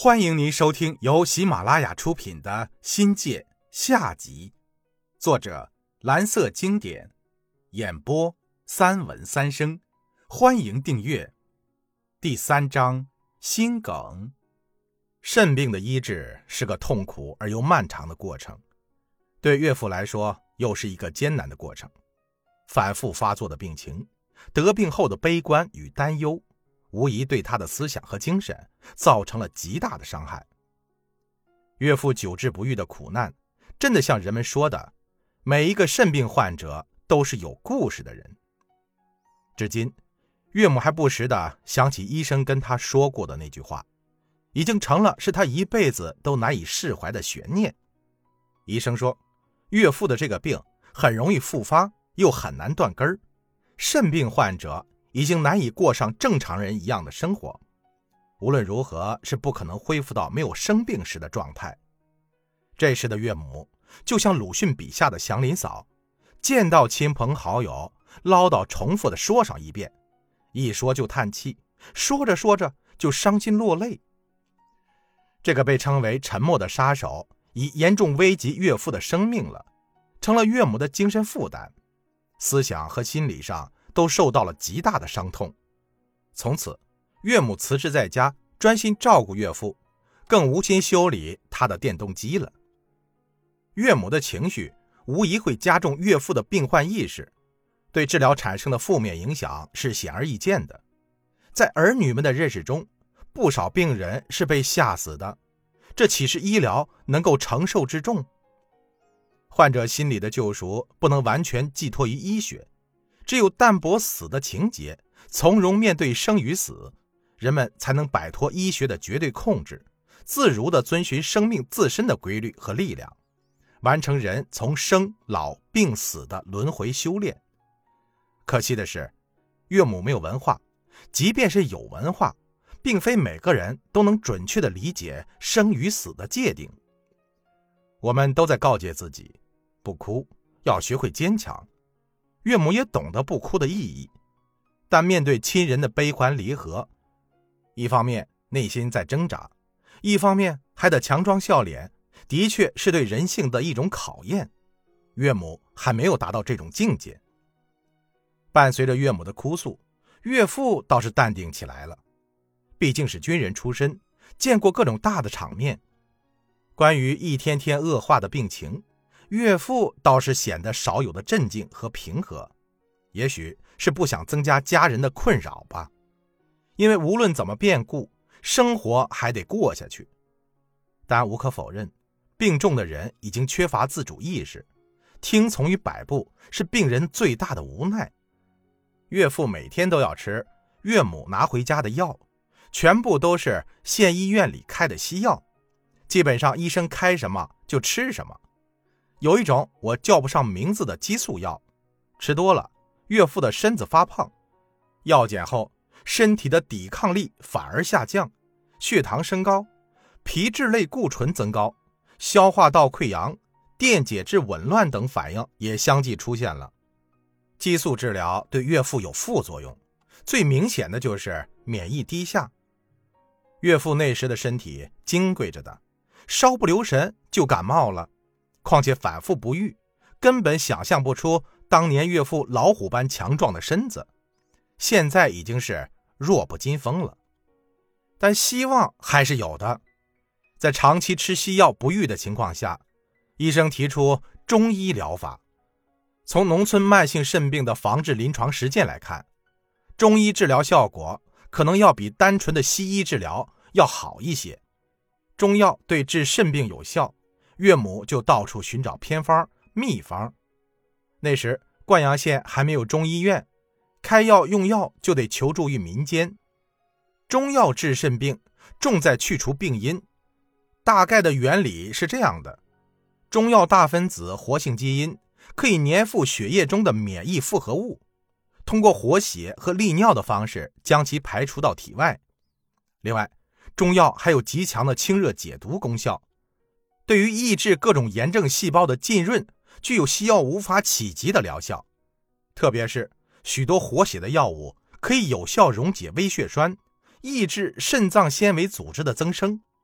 欢迎您收听由喜马拉雅出品的《新界》下集，作者蓝色经典，演播三文三生。欢迎订阅。第3章心梗。肾病的医治是个痛苦而又漫长的过程，对岳父来说又是一个艰难的过程。反复发作的病情，得病后的悲观与担忧，无疑对他的思想和精神造成了极大的伤害。岳父久治不愈的苦难，真的像人们说的，每一个肾病患者都是有故事的人。至今，岳母还不时地想起医生跟他说过的那句话，已经成了是他一辈子都难以释怀的悬念。医生说，岳父的这个病很容易复发，又很难断根儿，肾病患者已经难以过上正常人一样的生活，无论如何是不可能恢复到没有生病时的状态。这时的岳母就像鲁迅笔下的祥林嫂，见到亲朋好友唠叨重复的说上一遍，一说就叹气，说着说着就伤心落泪。这个被称为沉默的杀手已严重危及岳父的生命了，成了岳母的精神负担，思想和心理上都受到了极大的伤痛。从此，岳母辞职在家，专心照顾岳父，更无心修理他的电动机了。岳母的情绪无疑会加重岳父的病患意识，对治疗产生的负面影响是显而易见的。在儿女们的认识中，不少病人是被吓死的，这岂是医疗能够承受之重？患者心理的救赎不能完全寄托于医学，只有淡泊死的情节，从容面对生与死，人们才能摆脱医学的绝对控制，自如地遵循生命自身的规律和力量，完成人从生老病死的轮回修炼。可惜的是，岳母没有文化，即便是有文化，并非每个人都能准确地理解生与死的界定。我们都在告诫自己，不哭，要学会坚强。岳母也懂得不哭的意义，但面对亲人的悲欢离合，一方面内心在挣扎，一方面还得强装笑脸，的确是对人性的一种考验。岳母还没有达到这种境界。伴随着岳母的哭诉，岳父倒是淡定起来了，毕竟是军人出身，见过各种大的场面。关于一天天恶化的病情，岳父倒是显得少有的镇静和平和，也许是不想增加家人的困扰吧。因为无论怎么变故，生活还得过下去。但无可否认，病重的人已经缺乏自主意识，听从于摆布是病人最大的无奈。岳父每天都要吃岳母拿回家的药，全部都是县医院里开的西药，基本上医生开什么就吃什么。有一种我叫不上名字的激素药，吃多了岳父的身子发胖，药减后身体的抵抗力反而下降，血糖升高，皮质类固醇增高，消化道溃疡、电解质紊乱等反应也相继出现了。激素治疗对岳父有副作用，最明显的就是免疫低下。岳父那时的身体金贵着的，稍不留神就感冒了，况且反复不愈，根本想象不出当年岳父老虎般强壮的身子，现在已经是弱不禁风了。但希望还是有的。在长期吃西药不愈的情况下，医生提出中医疗法。从农村慢性肾病的防治临床实践来看，中医治疗效果可能要比单纯的西医治疗要好一些。中药对治肾病有效，岳母就到处寻找偏方秘方。那时灌阳县还没有中医院，开药用药就得求助于民间。中药治肾病重在去除病因，大概的原理是这样的：中药大分子活性基因可以粘附血液中的免疫复合物，通过活血和利尿的方式将其排除到体外。另外，中药还有极强的清热解毒功效，对于抑制各种炎症细胞的浸润具有西药无法企及的疗效。特别是许多活血的药物可以有效溶解微血栓，抑制肾脏纤维组织的增生，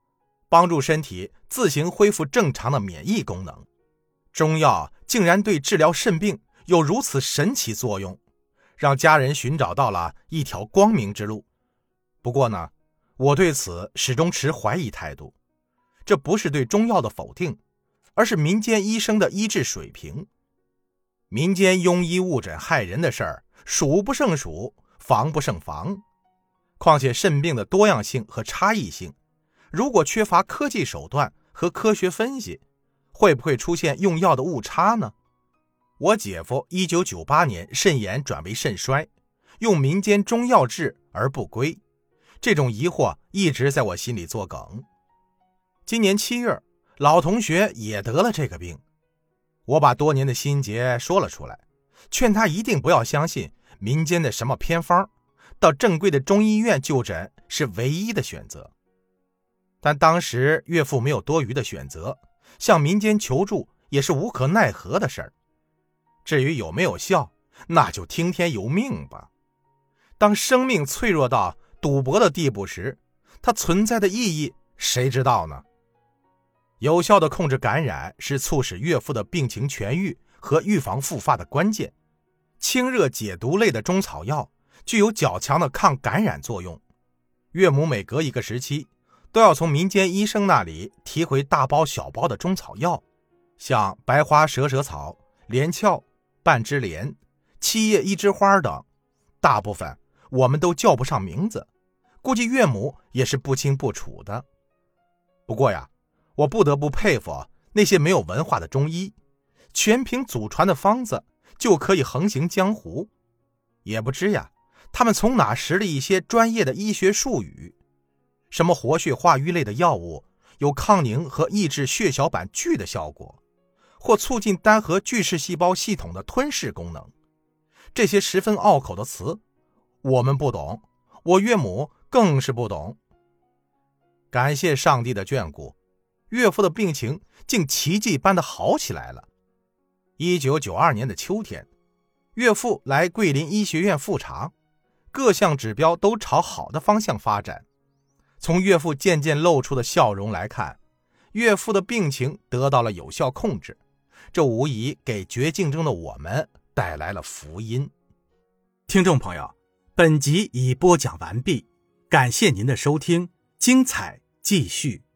帮助身体自行恢复正常的免疫功能。中药竟然对治疗肾病有如此神奇作用，让家人寻找到了一条光明之路。不过呢，我对此始终持怀疑态度。这不是对中药的否定，而是民间医生的医治水平。民间庸医误诊害人的事儿数不胜数，防不胜防。况且肾病的多样性和差异性，如果缺乏科技手段和科学分析，会不会出现用药的误差呢？我姐夫1998年肾炎转为肾衰，用民间中药治而不归，这种疑惑一直在我心里作梗。今年7月，老同学也得了这个病，我把多年的心结说了出来，劝他一定不要相信民间的什么偏方，到正规的中医院就诊是唯一的选择。但当时岳父没有多余的选择，向民间求助也是无可奈何的事儿。至于有没有效，那就听天由命吧。当生命脆弱到赌博的地步时，它存在的意义谁知道呢？有效的控制感染是促使岳父的病情痊愈和预防复发的关键。清热解毒类的中草药具有较强的抗感染作用。岳母每隔一个时期都要从民间医生那里提回大包小包的中草药，像白花蛇舌草、连翘、半枝莲、七叶一枝花等，大部分我们都叫不上名字，估计岳母也是不清不楚的。不过呀，我不得不佩服那些没有文化的中医，全凭祖传的方子就可以横行江湖。也不知呀，他们从哪识了一些专业的医学术语，什么活血化瘀类的药物有抗凝和抑制血小板聚的效果，或促进单核巨噬细胞系统的吞噬功能。这些十分拗口的词，我们不懂，我岳母更是不懂。感谢上帝的眷顾，岳父的病情竟奇迹般的好起来了。1992年的秋天，岳父来桂林医学院复查，各项指标都朝好的方向发展。从岳父渐渐露出的笑容来看，岳父的病情得到了有效控制，这无疑给绝境中的我们带来了福音。 听众朋友，本集已播讲完毕，感谢您的收听，精彩继续。